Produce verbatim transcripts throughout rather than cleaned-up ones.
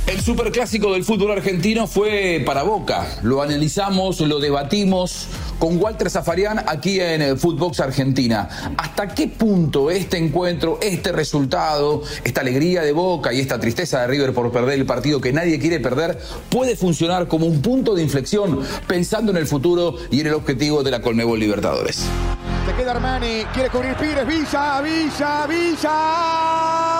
El superclásico del fútbol argentino fue para Boca. Lo analizamos, lo debatimos con Walter Zafarian aquí en Footbox Argentina. ¿Hasta qué punto este encuentro, este resultado, esta alegría de Boca y esta tristeza de River por perder el partido que nadie quiere perder, puede funcionar como un punto de inflexión pensando en el futuro y en el objetivo de la Conmebol Libertadores? Se queda Armani, quiere cubrir Pires, Villa, Villa, Villa.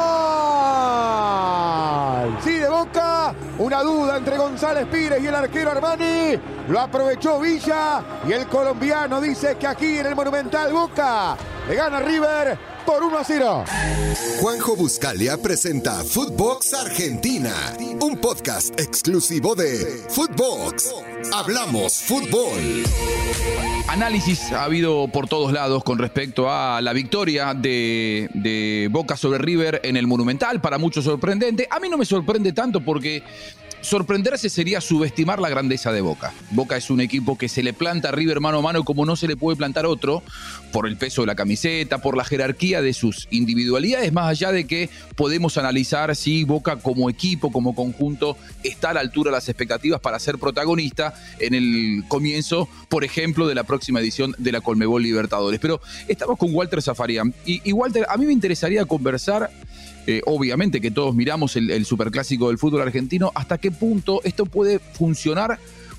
Sí, de Boca, una duda entre González Pires y el arquero Armani. Lo aprovechó Villa y el colombiano dice que aquí en el Monumental Boca le gana River por uno a cero. Juanjo Buscalia presenta Footbox Argentina, un podcast exclusivo de Footbox. Hablamos fútbol. Análisis ha habido por todos lados con respecto a la victoria de, de Boca sobre River en el Monumental. Para muchos sorprendente. A mí no me sorprende tanto porque sorprenderse sería subestimar la grandeza de Boca. Boca es un equipo que se le planta a River mano a mano como no se le puede plantar otro, por el peso de la camiseta, por la jerarquía de sus individualidades, más allá de que podemos analizar si Boca como equipo, como conjunto, está a la altura de las expectativas para ser protagonista en el comienzo, por ejemplo, de la próxima edición de la Conmebol Libertadores. Pero estamos con Walter Zafarian. Y, y Walter, a mí me interesaría conversar. Eh, obviamente que todos miramos el, el superclásico del fútbol argentino, hasta qué punto esto puede funcionar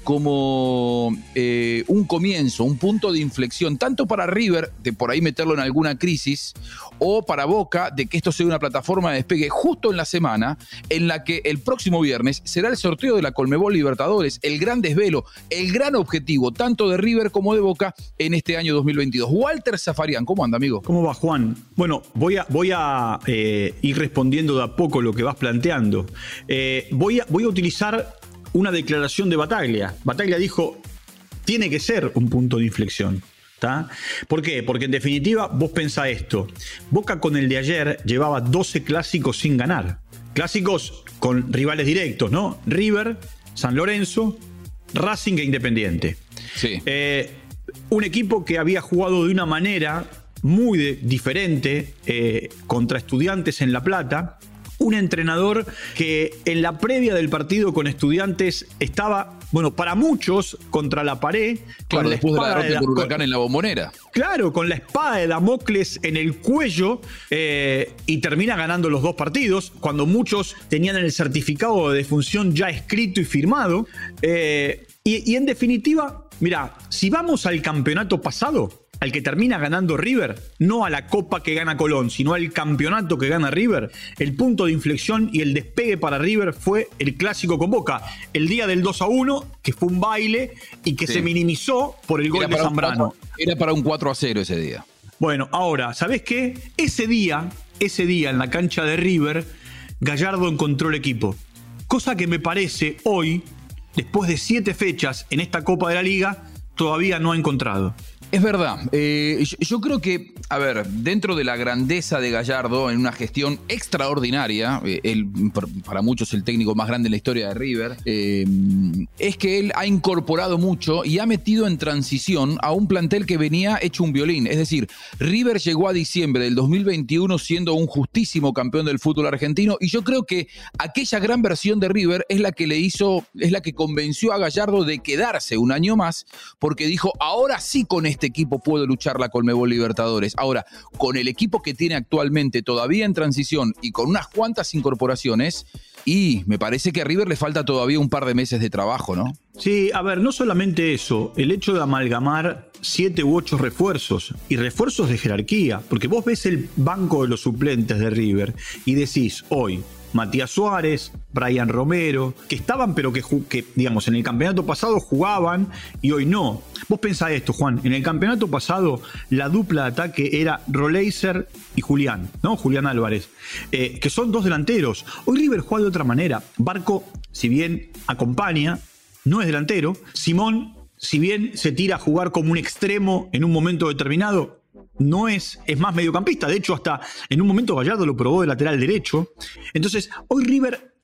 como eh, un comienzo, un punto de inflexión, tanto para River, de por ahí meterlo en alguna crisis, o para Boca, de que esto sea una plataforma de despegue justo en la semana en la que el próximo viernes será el sorteo de la Conmebol Libertadores, el gran desvelo, el gran objetivo, tanto de River como de Boca en este año dos mil veintidós. Walter Zafarian, ¿cómo anda, amigo? ¿Cómo va, Juan? Bueno, voy a, voy a eh, ir respondiendo de a poco lo que vas planteando. Eh, voy, a, voy a utilizar una declaración de Bataglia. Bataglia dijo, tiene que ser un punto de inflexión. ¿Tá? ¿Por qué? Porque en definitiva, vos pensá esto. Boca con el de ayer llevaba doce clásicos sin ganar. Clásicos con rivales directos, ¿no? River, San Lorenzo, Racing e Independiente. Sí. Eh, un equipo que había jugado de una manera muy de, diferente eh, contra Estudiantes en La Plata. Un entrenador que en la previa del partido con Estudiantes estaba, bueno, para muchos, contra la pared. Claro, con después la de la derrota por Huracán en la Bombonera. Claro, con la espada de Damocles en el cuello eh, y termina ganando los dos partidos, cuando muchos tenían el certificado de defunción ya escrito y firmado. Eh, y, y en definitiva, mirá, si vamos al campeonato pasado, al que termina ganando River, no a la Copa que gana Colón, sino al campeonato que gana River, el punto de inflexión y el despegue para River fue el clásico con Boca, el día del dos a uno, que fue un baile y que sí se minimizó por el gol de Zambrano. Era para un cuatro a cero ese día. Bueno, ahora, ¿sabés qué? Ese día, ese día en la cancha de River, Gallardo encontró el equipo. Cosa que me parece hoy, después de siete fechas en esta Copa de la Liga, todavía no ha encontrado. Es verdad. Eh, yo, yo creo que, a ver, dentro de la grandeza de Gallardo, en una gestión extraordinaria, eh, él, para muchos el técnico más grande en la historia de River, eh, es que él ha incorporado mucho y ha metido en transición a un plantel que venía hecho un violín. Es decir, River llegó a diciembre del dos mil veintiuno siendo un justísimo campeón del fútbol argentino, y yo creo que aquella gran versión de River es la que le hizo, es la que convenció a Gallardo de quedarse un año más, porque dijo, ahora sí con este equipo puedo luchar la Conmebol Libertadores. Ahora, con el equipo que tiene actualmente todavía en transición y con unas cuantas incorporaciones, y me parece que a River le falta todavía un par de meses de trabajo, ¿no? Sí, a ver, no solamente eso, el hecho de amalgamar siete u ocho refuerzos, y refuerzos de jerarquía, porque vos ves el banco de los suplentes de River y decís, hoy, Matías Suárez, Brian Romero, que estaban pero que, que, digamos, en el campeonato pasado jugaban y hoy no. Vos pensá esto, Juan, en el campeonato pasado la dupla de ataque era Roleiser y Julián, ¿no? Julián Álvarez, eh, que son dos delanteros. Hoy River juega de otra manera. Barco, si bien acompaña, no es delantero. Simón, si bien se tira a jugar como un extremo en un momento determinado, no es, es más mediocampista. De hecho, hasta en un momento Gallardo lo probó de lateral derecho. Entonces, hoy River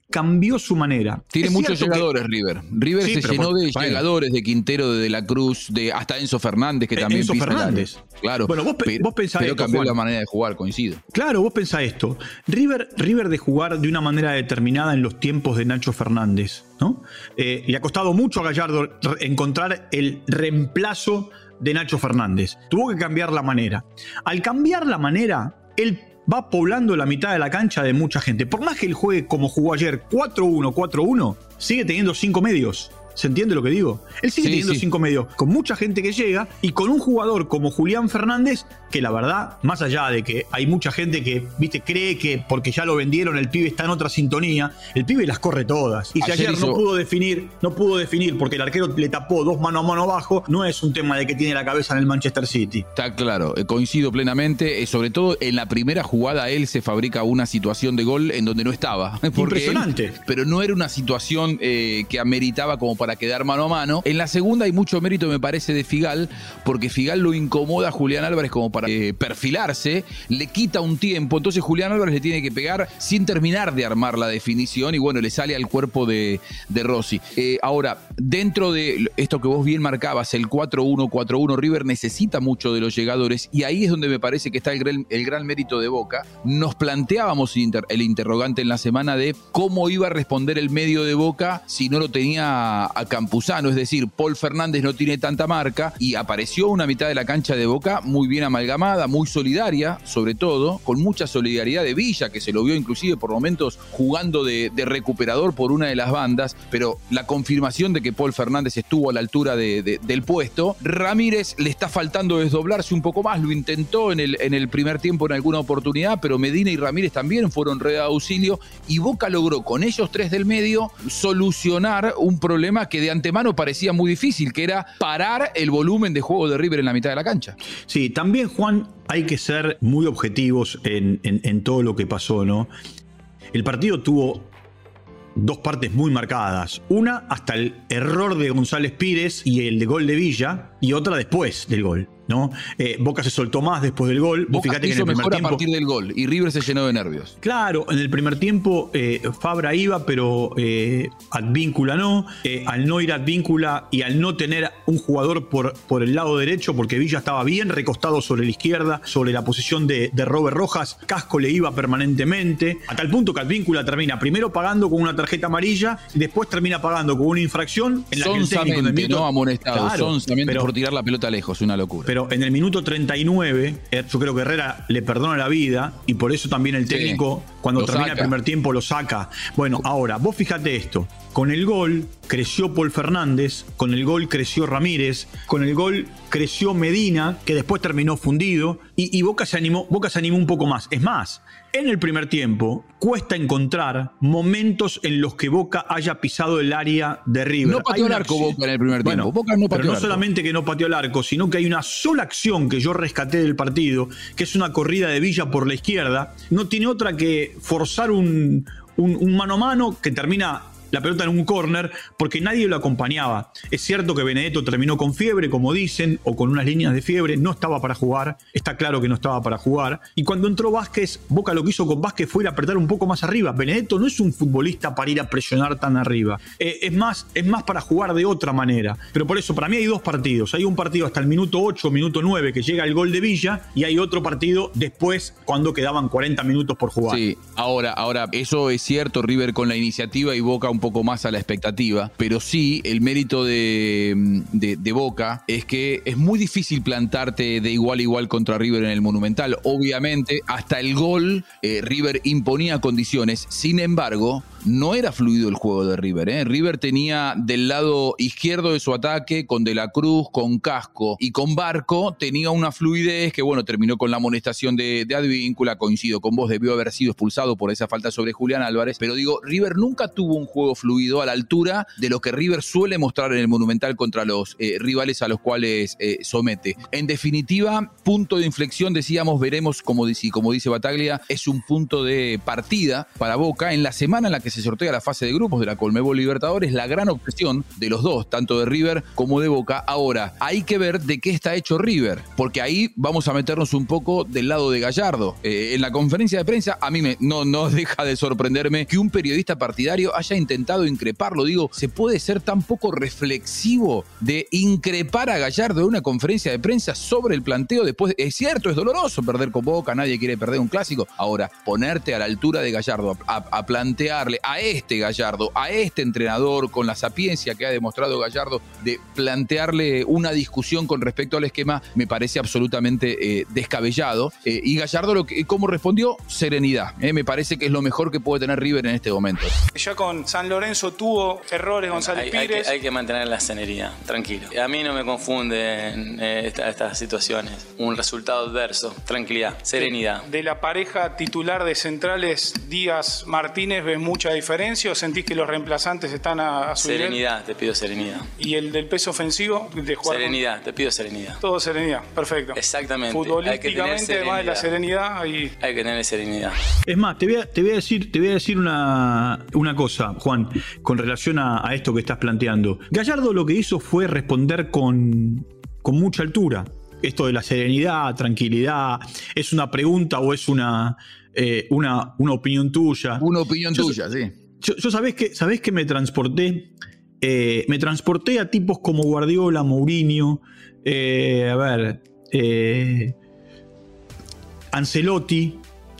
cambió su manera. Tiene Es muchos cierto llegadores que, River. River Sí, se pero llenó por- de bueno. llegadores, de Quintero, de, de la Cruz, de hasta Enzo Fernández, que también Enzo pisa el área. Fernández. Claro. Bueno, vos pe- pero, vos pensá pero esto, cambió Juan. la manera de jugar, coincido. Claro, vos pensá esto. River, River de jugar de una manera determinada en los tiempos de Nacho Fernández, ¿no? Eh, le ha costado mucho a Gallardo re- encontrar el reemplazo de Nacho Fernández. Tuvo que cambiar la manera. Al cambiar la manera, él va poblando la mitad de la cancha de mucha gente. Por más que él juegue como jugó ayer, cuatro uno, cuatro uno, sigue teniendo cinco medios. ¿Se entiende lo que digo? Él sigue Sí, teniendo sí. cinco medios, con mucha gente que llega y con un jugador como Julián Fernández, que la verdad, más allá de que hay mucha gente que, viste, cree que porque ya lo vendieron el pibe está en otra sintonía, el pibe las corre todas. Y si Ayer ayer, hizo- no pudo definir, no pudo definir porque el arquero le tapó dos mano a mano abajo, no es un tema de que tiene la cabeza en el Manchester City. Está claro, eh, coincido plenamente. eh, sobre todo en la primera jugada, él se fabrica una situación de gol en donde no estaba. Porque Impresionante. él- pero no era una situación eh, que ameritaba como para quedar mano a mano. En la segunda hay mucho mérito, me parece, de Figal, porque Figal lo incomoda a Julián Álvarez como para eh, perfilarse, le quita un tiempo, entonces Julián Álvarez le tiene que pegar sin terminar de armar la definición y bueno, le sale al cuerpo de, de Rossi. Eh, ahora, dentro de esto que vos bien marcabas, el cuatro uno cuatro uno, River necesita mucho de los llegadores y ahí es donde me parece que está el gran, el gran mérito de Boca. Nos planteábamos inter, el interrogante en la semana de cómo iba a responder el medio de Boca si no lo tenía a Campuzano, es decir, Paul Fernández no tiene tanta marca y apareció una mitad de la cancha de Boca muy bien amalgamada, muy solidaria, sobre todo, con mucha solidaridad de Villa, que se lo vio inclusive por momentos jugando de, de recuperador por una de las bandas, pero la confirmación de que Paul Fernández estuvo a la altura de, de, del puesto. Ramírez le está faltando desdoblarse un poco más, lo intentó en el, en el primer tiempo en alguna oportunidad, pero Medina y Ramírez también fueron red de auxilio y Boca logró con ellos tres del medio solucionar un problema que de antemano parecía muy difícil, que era parar el volumen de juego de River en la mitad de la cancha. Sí, también, Juan, hay que ser muy objetivos en, en, en todo lo que pasó, ¿no? El partido tuvo dos partes muy marcadas. Una hasta el error de González Pires y el de gol de Villa, y otra después del gol, ¿no? Eh, Boca se soltó más después del gol. Vos Boca fíjate que en hizo el primer mejor a tiempo, partir del gol y River se llenó de nervios. Claro, en el primer tiempo eh, Fabra iba, pero eh, Advíncula no. Eh, al no ir Advíncula y al no tener un jugador por, por el lado derecho, porque Villa estaba bien recostado sobre la izquierda, sobre la posición de, de Robert Rojas, Casco le iba permanentemente, a tal punto que Advíncula termina primero pagando con una tarjeta amarilla y después termina pagando con una infracción en la que el técnico en el Sonsamente, minuto- no amonestado, Claro, sonsamente pero- por tirar la pelota lejos, una locura. pero en el minuto treinta y nueve, eh, yo creo que Herrera le perdona la vida y por eso también el Sí, técnico, cuando lo termina saca. el primer tiempo, lo saca. Bueno, ahora, vos fíjate esto. Con el gol creció Paul Fernández, con el gol creció Ramírez, con el gol creció Medina, que después terminó fundido, y, y Boca se animó, Boca se animó un poco más. Es más, en el primer tiempo cuesta encontrar momentos en los que Boca haya pisado el área de River. No pateó Hay el una arco acción- Boca en el primer tiempo. Bueno, Boca no pateó pero el no arco. solamente que no pateó el arco, sino que hay una sola acción que yo rescaté del partido, que es una corrida de Villa por la izquierda. No tiene otra que forzar un, un, un mano a mano que termina la pelota en un córner porque nadie lo acompañaba. Es cierto que Benedetto terminó con fiebre, como dicen, o con unas líneas de fiebre, no estaba para jugar, está claro que no estaba para jugar. Y cuando entró Vázquez, Boca lo que hizo con Vázquez fue ir a apretar un poco más arriba. Benedetto no es un futbolista para ir a presionar tan arriba. Eh, es, más, es más para jugar de otra manera. Pero por eso, para mí hay dos partidos. Hay un partido hasta el minuto ocho, minuto nueve, que llega el gol de Villa, y hay otro partido después, cuando quedaban cuarenta minutos por jugar. Sí, ahora, ahora, eso es cierto, River con la iniciativa y Boca un poco más a la expectativa, pero sí, el mérito de, de, de Boca es que es muy difícil plantarte de igual a igual contra River en el Monumental. Obviamente, hasta el gol, eh, River imponía condiciones, sin embargo, no era fluido el juego de River. ¿eh? River tenía del lado izquierdo de su ataque, con De la Cruz, con Casco y con Barco, tenía una fluidez que, bueno, terminó con la amonestación de, de Advíncula. Coincido con vos, debió haber sido expulsado por esa falta sobre Julián Álvarez, pero digo, River nunca tuvo un juego fluido a la altura de lo que River suele mostrar en el Monumental contra los eh, rivales a los cuales eh, somete. En definitiva, punto de inflexión, decíamos, veremos, como dice, como dice Bataglia, es un punto de partida para Boca en la semana en la que que se sortea la fase de grupos de la Conmebol Libertadores, la gran obsesión de los dos, tanto de River como de Boca. Ahora, hay que ver de qué está hecho River, porque ahí vamos a meternos un poco del lado de Gallardo. Eh, en la conferencia de prensa, a mí me, no, no deja de sorprenderme que un periodista partidario haya intentado increparlo. Digo, ¿se puede ser tan poco reflexivo de increpar a Gallardo en una conferencia de prensa sobre el planteo después? Es cierto, es doloroso perder con Boca, nadie quiere perder un clásico. Ahora, ponerte a la altura de Gallardo, a, a plantearle a este Gallardo, a este entrenador, con la sapiencia que ha demostrado Gallardo, de plantearle una discusión con respecto al esquema, me parece absolutamente eh, descabellado. Eh, y Gallardo, lo que, ¿cómo respondió? Serenidad. Eh, me parece que es lo mejor que puede tener River en este momento. Ya con San Lorenzo tuvo errores González hay, Pires. Hay que, hay que mantener la serenidad, tranquilo. A mí no me confunden eh, esta, estas situaciones. Un resultado adverso, tranquilidad, serenidad. De, de la pareja titular de centrales Díaz-Martínez, ¿ves mucha diferencia o sentís que los reemplazantes están a, a su Serenidad, nivel? Te pido serenidad. ¿Y el del peso ofensivo? De jugar serenidad, con... te pido serenidad. Todo serenidad, perfecto. Exactamente. Futbolísticamente, además de la serenidad, hay... hay que tener serenidad. Es más, te voy a, te voy a decir, te voy a decir una, una cosa, Juan, con relación a, a esto que estás planteando. Gallardo lo que hizo fue responder con, con mucha altura. Esto de la serenidad, tranquilidad, ¿es una pregunta o es una, eh, una, una opinión tuya? Una opinión yo, tuya, sí. Yo, yo sabés que, sabés que me transporté, eh, me transporté a tipos como Guardiola, Mourinho, eh, a ver, eh, Ancelotti.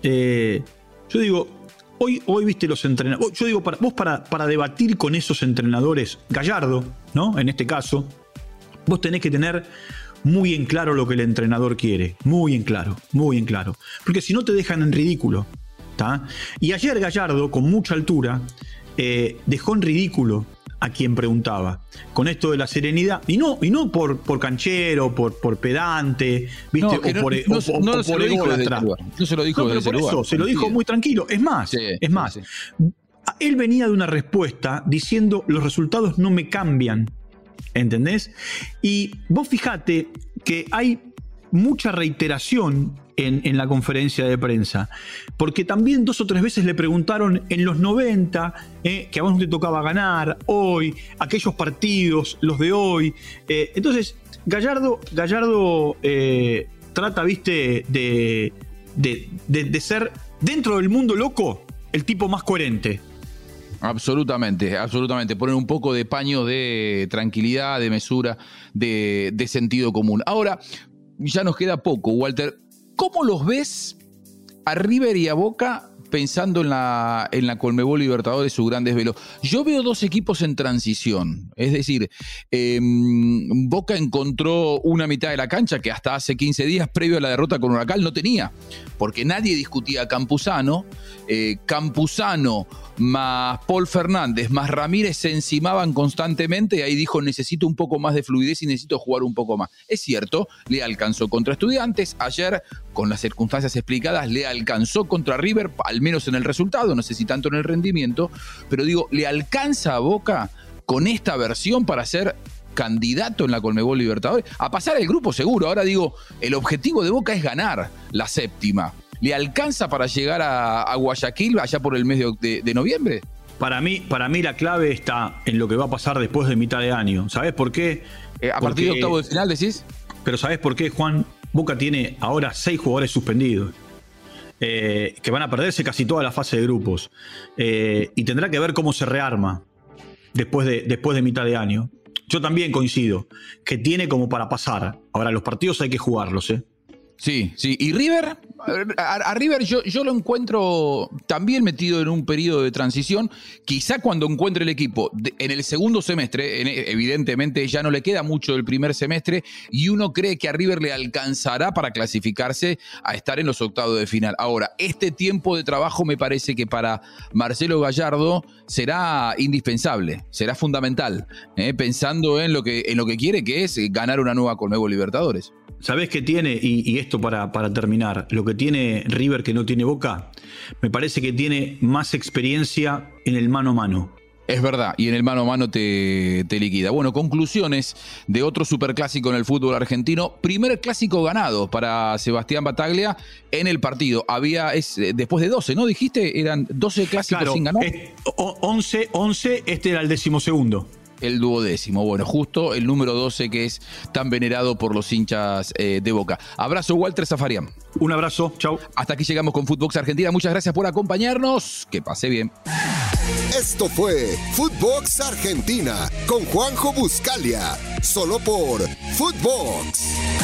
Eh, yo digo, hoy, hoy viste los entrenadores. Yo digo, para, vos para, para debatir con esos entrenadores, Gallardo, ¿no? En este caso, vos tenés que tener muy en claro lo que el entrenador quiere. Muy en claro, muy en claro. Porque si no te dejan en ridículo. ¿tá? Y ayer Gallardo, con mucha altura, eh, dejó en ridículo a quien preguntaba. Con esto de la serenidad. Y no, y no por, por canchero, por, por pedante, ¿viste? No, que o no, por, no, o, o, no o se por lo dijo desde ególatra. ese lugar. No se lo dijo No, desde pero por ese eso, lugar. se lo dijo muy tranquilo. Es más, Sí, es más. sí. Él venía de una respuesta diciendo los resultados no me cambian. ¿Entendés? Y vos fijate que hay mucha reiteración en, en la conferencia de prensa, porque también dos o tres veces le preguntaron en los noventa, eh, que a vos no te tocaba ganar, hoy, aquellos partidos, los de hoy. Eh, entonces, Gallardo, Gallardo eh, trata, viste, de, de, de, de ser, dentro del mundo loco, el tipo más coherente. Absolutamente, absolutamente. Poner un poco de paño de tranquilidad, de mesura, de, de sentido común. Ahora, ya nos queda poco, Walter. ¿Cómo los ves a River y a Boca pensando en la, en la Conmebol Libertadores, su gran desvelo? Yo veo dos equipos en transición. Es decir, eh, Boca encontró una mitad de la cancha que hasta hace quince días, previo a la derrota con Huracán, no tenía. Porque nadie discutía a Campuzano. Eh, Campuzano más Paul Fernández, más Ramírez se encimaban constantemente y ahí dijo, necesito un poco más de fluidez y necesito jugar un poco más. Es cierto, le alcanzó contra Estudiantes, ayer, con las circunstancias explicadas, le alcanzó contra River, al menos en el resultado, no sé si tanto en el rendimiento, pero digo, ¿le alcanza a Boca con esta versión para ser candidato en la Conmebol Libertadores? A pasar el grupo seguro. Ahora digo, el objetivo de Boca es ganar la séptima. ¿Le alcanza para llegar a, a Guayaquil allá por el mes de, de, de noviembre? Para mí, para mí la clave está en lo que va a pasar después de mitad de año. ¿Sabés por qué? Eh, ¿A Porque, partir de octavo de final decís? Pero ¿sabés por qué, Juan? Boca tiene ahora seis jugadores suspendidos. Eh, que van a perderse casi toda la fase de grupos. Eh, y tendrá que ver cómo se rearma después de, después de mitad de año. Yo también coincido que tiene como para pasar. Ahora, los partidos hay que jugarlos, ¿eh? Sí, sí. ¿Y River? A, a River yo, yo lo encuentro también metido en un periodo de transición. Quizá cuando encuentre el equipo de, en el segundo semestre, en, evidentemente ya no le queda mucho del primer semestre, y uno cree que a River le alcanzará para clasificarse a estar en los octavos de final. Ahora, este tiempo de trabajo me parece que para Marcelo Gallardo será indispensable, será fundamental, ¿eh? pensando en lo, que, en lo que quiere, que es ganar una nueva Conmebol Libertadores. ¿Sabés qué tiene? Y, y esto para, para terminar, lo que tiene River que no tiene Boca, me parece que tiene más experiencia en el mano a mano. Es verdad, y en el mano a mano te, te liquida. Bueno, conclusiones de otro superclásico en el fútbol argentino. Primer clásico ganado para Sebastián Battaglia en el partido. Había, es, después de doce, ¿no? Dijiste, eran doce clásicos claro, sin ganar. Es, once, once, este era el decimosegundo. El duodécimo, bueno, justo el número doce que es tan venerado por los hinchas eh, de Boca. Abrazo, Walter Zafarian. Un abrazo, chau. Hasta aquí llegamos con Footbox Argentina. Muchas gracias por acompañarnos. Que pase bien. Esto fue Footbox Argentina con Juanjo Buscalia, solo por Footbox.